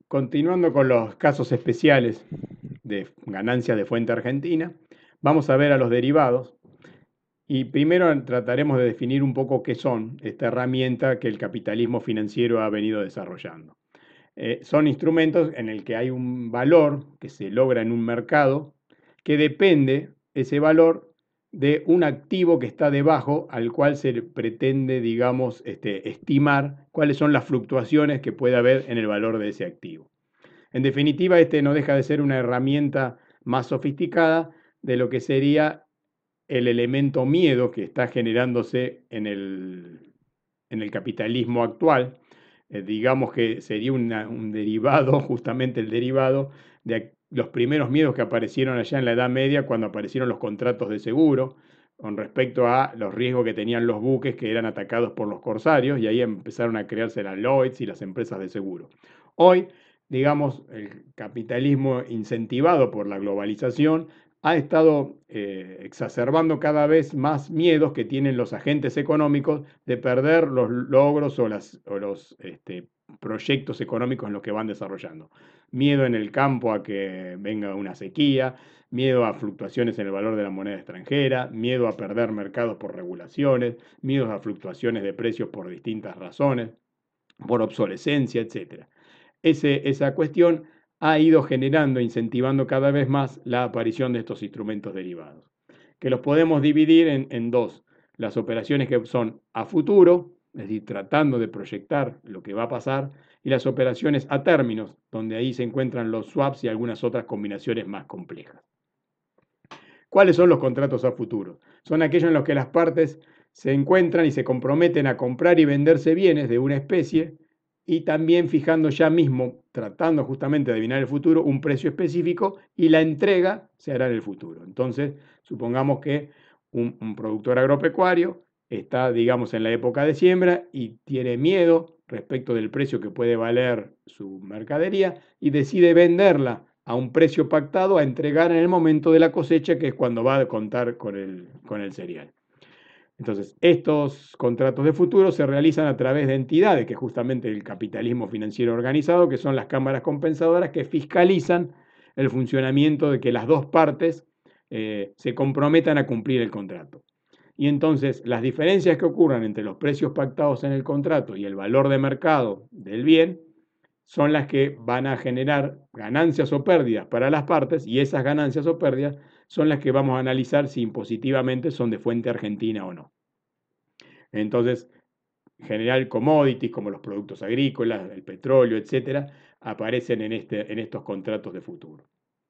Continuando con los casos especiales de ganancias de fuente argentina, vamos a ver a los derivados y primero trataremos de definir un poco qué son esta herramienta que el capitalismo financiero ha venido desarrollando. Son instrumentos en el que hay un valor que se logra en un mercado que depende ese valor de un activo que está debajo al cual se pretende, digamos, estimar cuáles son las fluctuaciones que puede haber en el valor de ese activo. En definitiva, este no deja de ser una herramienta más sofisticada de lo que sería el elemento miedo que está generándose en el capitalismo actual. Digamos que sería un derivado, justamente el derivado de los primeros miedos que aparecieron allá en la Edad Media cuando aparecieron los contratos de seguro con respecto a los riesgos que tenían los buques que eran atacados por los corsarios y ahí empezaron a crearse las Lloyds y las empresas de seguro. Hoy, digamos, el capitalismo incentivado por la globalización ha estado exacerbando cada vez más miedos que tienen los agentes económicos de perder los logros o los proyectos económicos en los que van desarrollando. Miedo en el campo a que venga una sequía, miedo a fluctuaciones en el valor de la moneda extranjera, miedo a perder mercados por regulaciones, miedos a fluctuaciones de precios por distintas razones, por obsolescencia, etc. Esa cuestión ha ido generando, incentivando cada vez más la aparición de estos instrumentos derivados, que los podemos dividir en dos. Las operaciones que son a futuro, es decir, tratando de proyectar lo que va a pasar, y las operaciones a términos, donde ahí se encuentran los swaps y algunas otras combinaciones más complejas. ¿Cuáles son los contratos a futuro? Son aquellos en los que las partes se encuentran y se comprometen a comprar y venderse bienes de una especie y también fijando ya mismo, tratando justamente de adivinar el futuro, un precio específico y la entrega se hará en el futuro. Entonces, supongamos que un productor agropecuario está, digamos, en la época de siembra y tiene miedo respecto del precio que puede valer su mercadería y decide venderla a un precio pactado a entregar en el momento de la cosecha, que es cuando va a contar con el cereal. Entonces, estos contratos de futuro se realizan a través de entidades, que es justamente el capitalismo financiero organizado, que son las cámaras compensadoras que fiscalizan el funcionamiento de que las dos partes se comprometan a cumplir el contrato. Y entonces las diferencias que ocurran entre los precios pactados en el contrato y el valor de mercado del bien son las que van a generar ganancias o pérdidas para las partes y esas ganancias o pérdidas son las que vamos a analizar si impositivamente son de fuente argentina o no. Entonces, en general, commodities como los productos agrícolas, el petróleo, etcétera, aparecen en estos contratos de futuro.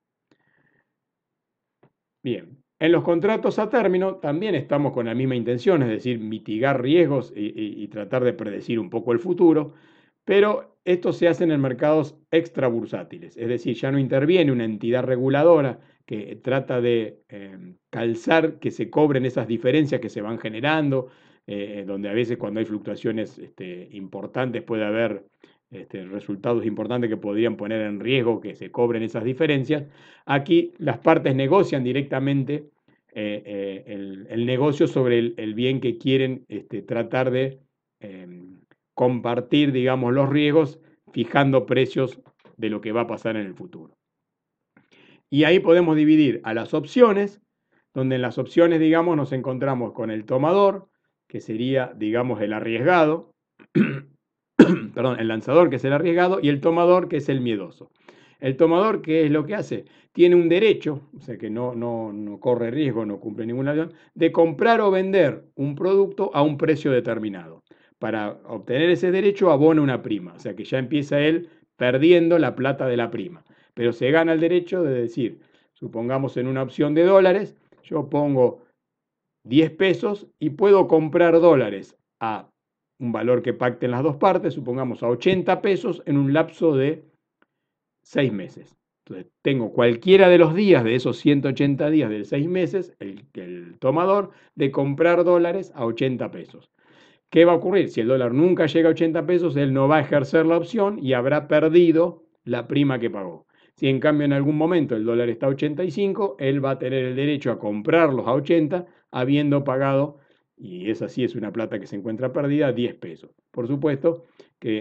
Bien, en los contratos a término también estamos con la misma intención, es decir, mitigar riesgos y tratar de predecir un poco el futuro, pero esto se hace en mercados extrabursátiles, es decir, ya no interviene una entidad reguladora que trata de calzar que se cobren esas diferencias que se van generando, donde a veces cuando hay fluctuaciones importantes puede haber resultados importantes que podrían poner en riesgo que se cobren esas diferencias. Aquí las partes negocian directamente el negocio sobre el bien que quieren tratar de compartir, digamos, los riesgos, fijando precios de lo que va a pasar en el futuro. Y ahí podemos dividir a las opciones, donde en las opciones, digamos, nos encontramos con el tomador, que sería, digamos, el arriesgado, perdón, el lanzador, que es el arriesgado, y el tomador, que es el miedoso. El tomador, ¿qué es lo que hace? Tiene un derecho, o sea que no corre riesgo, no cumple ninguna acción, de comprar o vender un producto a un precio determinado. Para obtener ese derecho abona una prima, o sea que ya empieza él perdiendo la plata de la prima. Pero se gana el derecho de decir, supongamos en una opción de dólares, yo pongo 10 pesos y puedo comprar dólares a un valor que pacten las dos partes, supongamos a 80 pesos en un lapso de 6 meses. Entonces, tengo cualquiera de los días de esos 180 días de 6 meses, el tomador, de comprar dólares a 80 pesos. ¿Qué va a ocurrir? Si el dólar nunca llega a 80 pesos, él no va a ejercer la opción y habrá perdido la prima que pagó. Si en cambio en algún momento el dólar está a 85, él va a tener el derecho a comprarlos a 80, habiendo pagado, y esa sí es una plata que se encuentra perdida, 10 pesos. Por supuesto que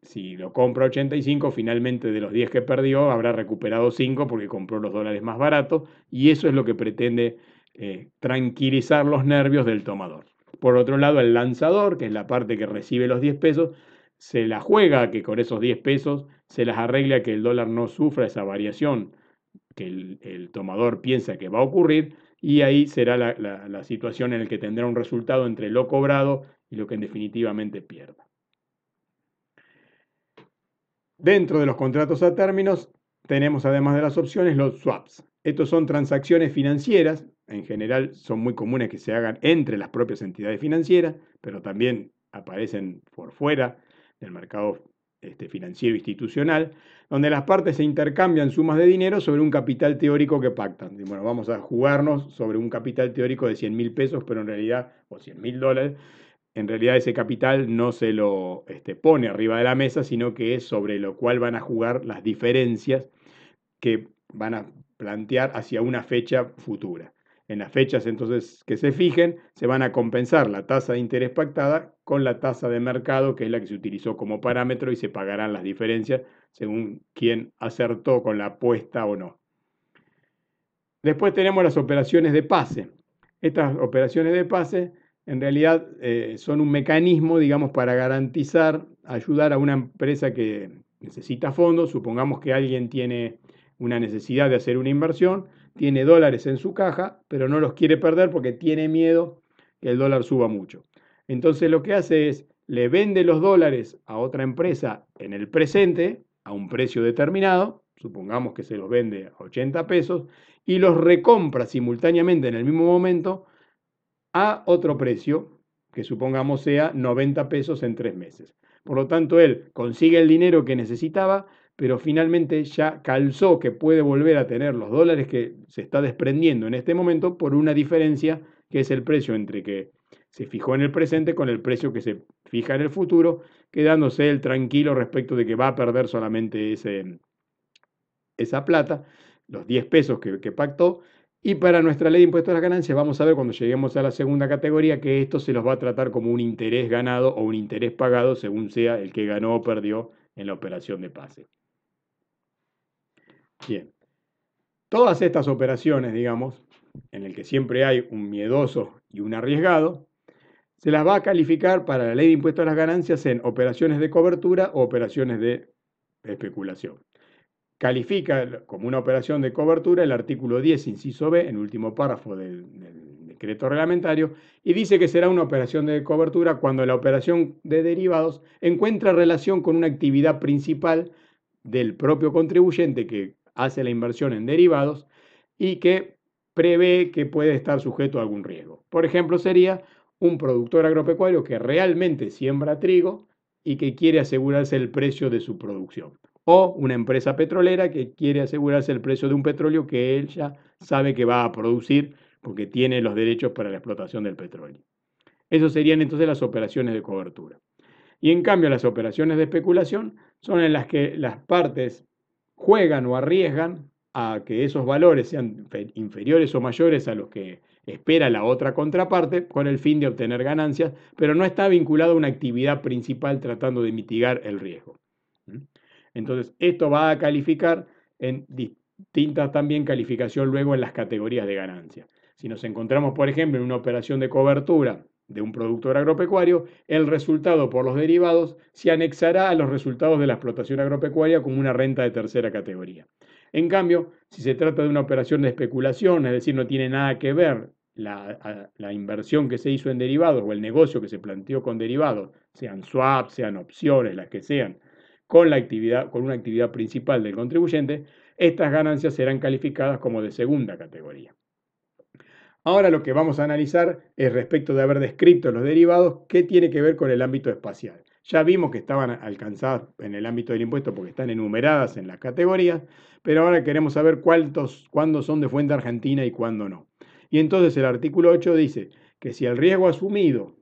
si lo compra a 85, finalmente de los 10 que perdió habrá recuperado 5 porque compró los dólares más baratos y eso es lo que pretende tranquilizar los nervios del tomador. Por otro lado, el lanzador, que es la parte que recibe los 10 pesos, se la juega a que con esos 10 pesos se las arregle a que el dólar no sufra esa variación que el tomador piensa que va a ocurrir y ahí será la situación en la que tendrá un resultado entre lo cobrado y lo que en definitivamente pierda. Dentro de los contratos a términos tenemos además de las opciones los swaps. Estos son transacciones financieras, en general son muy comunes que se hagan entre las propias entidades financieras, pero también aparecen por fuera del mercado financiero institucional, donde las partes se intercambian sumas de dinero sobre un capital teórico que pactan. Y bueno, vamos a jugarnos sobre un capital teórico de 100.000 pesos, pero en realidad, o 100.000 dólares, en realidad ese capital no se lo pone arriba de la mesa, sino que es sobre lo cual van a jugar las diferencias que van a plantear hacia una fecha futura. En las fechas entonces que se fijen, se van a compensar la tasa de interés pactada con la tasa de mercado, que es la que se utilizó como parámetro, y se pagarán las diferencias según quién acertó con la apuesta o no. Después tenemos las operaciones de pase. Estas operaciones de pase en realidad son un mecanismo, digamos, para garantizar, ayudar a una empresa que necesita fondos. Supongamos que alguien tiene una necesidad de hacer una inversión, tiene dólares en su caja, pero no los quiere perder porque tiene miedo que el dólar suba mucho. Entonces lo que hace es, le vende los dólares a otra empresa en el presente, a un precio determinado, supongamos que se los vende a 80 pesos, y los recompra simultáneamente en el mismo momento a otro precio, que supongamos sea 90 pesos en 3 meses. Por lo tanto, él consigue el dinero que necesitaba, pero finalmente ya calzó que puede volver a tener los dólares que se está desprendiendo en este momento por una diferencia que es el precio entre que se fijó en el presente con el precio que se fija en el futuro, quedándose él tranquilo respecto de que va a perder solamente esa plata, los 10 pesos que pactó. Y para nuestra ley de impuestos a las ganancias, vamos a ver cuando lleguemos a la segunda categoría que esto se los va a tratar como un interés ganado o un interés pagado según sea el que ganó o perdió en la operación de pase. Bien, todas estas operaciones, digamos, en el que siempre hay un miedoso y un arriesgado, se las va a calificar para la ley de impuestos a las ganancias en operaciones de cobertura o operaciones de especulación. Califica como una operación de cobertura el artículo 10, inciso B, en el último párrafo del decreto reglamentario, y dice que será una operación de cobertura cuando la operación de derivados encuentra relación con una actividad principal del propio contribuyente que hace la inversión en derivados y que prevé que puede estar sujeto a algún riesgo. Por ejemplo, sería un productor agropecuario que realmente siembra trigo y que quiere asegurarse el precio de su producción. O una empresa petrolera que quiere asegurarse el precio de un petróleo que él ya sabe que va a producir porque tiene los derechos para la explotación del petróleo. Esas serían entonces las operaciones de cobertura. Y en cambio las operaciones de especulación son en las que las partes juegan o arriesgan a que esos valores sean inferiores o mayores a los que espera la otra contraparte con el fin de obtener ganancias, pero no está vinculado a una actividad principal tratando de mitigar el riesgo. Entonces, esto va a calificar en distintas también calificación luego en las categorías de ganancia. Si nos encontramos, por ejemplo, en una operación de cobertura de un productor agropecuario, el resultado por los derivados se anexará a los resultados de la explotación agropecuaria como una renta de tercera categoría. En cambio, si se trata de una operación de especulación, es decir, no tiene nada que ver la inversión que se hizo en derivados o el negocio que se planteó con derivados, sean swaps, sean opciones, las que sean, con una actividad principal del contribuyente, estas ganancias serán calificadas como de segunda categoría. Ahora lo que vamos a analizar es respecto de haber descrito los derivados, qué tiene que ver con el ámbito espacial. Ya vimos que estaban alcanzadas en el ámbito del impuesto porque están enumeradas en las categorías, pero ahora queremos saber cuándo son de fuente argentina y cuándo no. Y entonces el artículo 8 dice que si el riesgo asumido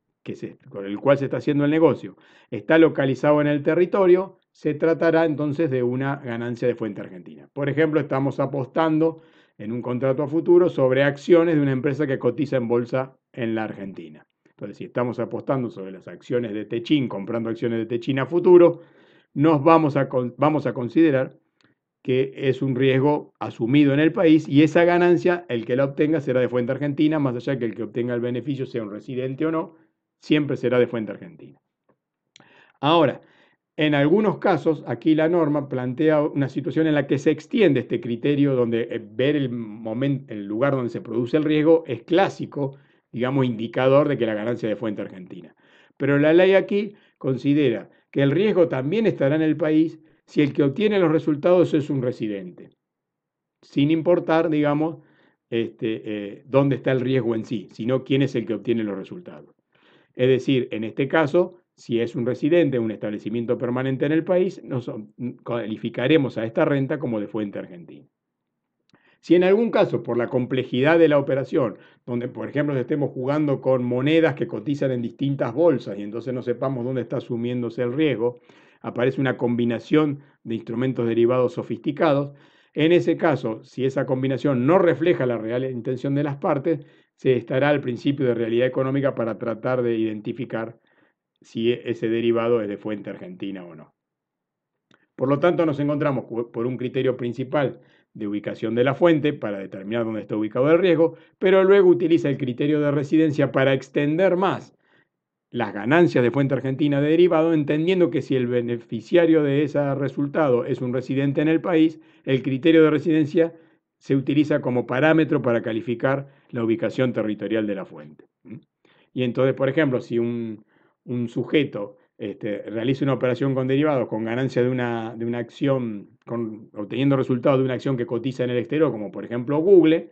con el cual se está haciendo el negocio está localizado en el territorio, se tratará entonces de una ganancia de fuente argentina. Por ejemplo, estamos apostando en un contrato a futuro sobre acciones de una empresa que cotiza en bolsa en la Argentina. Entonces, si estamos apostando sobre las acciones de Techin, comprando acciones de Techin a futuro, vamos a considerar que es un riesgo asumido en el país y esa ganancia, el que la obtenga será de fuente argentina, más allá que el que obtenga el beneficio sea un residente o no, siempre será de fuente argentina. Ahora, en algunos casos, aquí la norma plantea una situación en la que se extiende este criterio donde ver el lugar donde se produce el riesgo es clásico, digamos, indicador de que la ganancia es de fuente argentina. Pero la ley aquí considera que el riesgo también estará en el país si el que obtiene los resultados es un residente, sin importar, digamos, dónde está el riesgo en sí, sino quién es el que obtiene los resultados. Es decir, en este caso, si es un residente, un establecimiento permanente en el país, nos calificaremos a esta renta como de fuente argentina. Si en algún caso, por la complejidad de la operación, donde por ejemplo estemos jugando con monedas que cotizan en distintas bolsas y entonces no sepamos dónde está asumiéndose el riesgo, aparece una combinación de instrumentos derivados sofisticados. En ese caso, si esa combinación no refleja la real intención de las partes, se estará al principio de realidad económica para tratar de identificar si ese derivado es de fuente argentina o no. Por lo tanto, nos encontramos por un criterio principal de ubicación de la fuente para determinar dónde está ubicado el riesgo, pero luego utiliza el criterio de residencia para extender más las ganancias de fuente argentina de derivado, entendiendo que si el beneficiario de ese resultado es un residente en el país, el criterio de residencia se utiliza como parámetro para calificar la ubicación territorial de la fuente. Y entonces, por ejemplo, si un sujeto realiza una operación con derivados con ganancia de una acción, obteniendo resultados de una acción que cotiza en el exterior, como por ejemplo Google,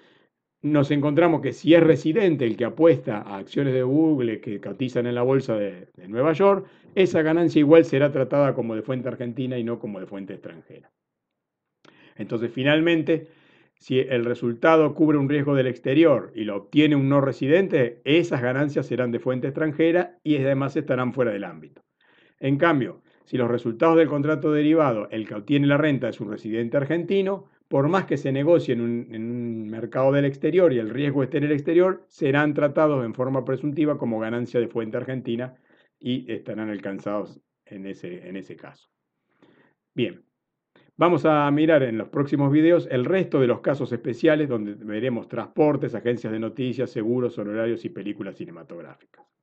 nos encontramos que si es residente el que apuesta a acciones de Google que cotizan en la bolsa de Nueva York, esa ganancia igual será tratada como de fuente argentina y no como de fuente extranjera. Entonces, finalmente, si el resultado cubre un riesgo del exterior y lo obtiene un no residente, esas ganancias serán de fuente extranjera y además estarán fuera del ámbito. En cambio, si los resultados del contrato derivado, el que obtiene la renta es un residente argentino, por más que se negocie en un mercado del exterior y el riesgo esté en el exterior, serán tratados en forma presuntiva como ganancia de fuente argentina y estarán alcanzados en ese caso. Bien, vamos a mirar en los próximos videos el resto de los casos especiales donde veremos transportes, agencias de noticias, seguros, honorarios y películas cinematográficas.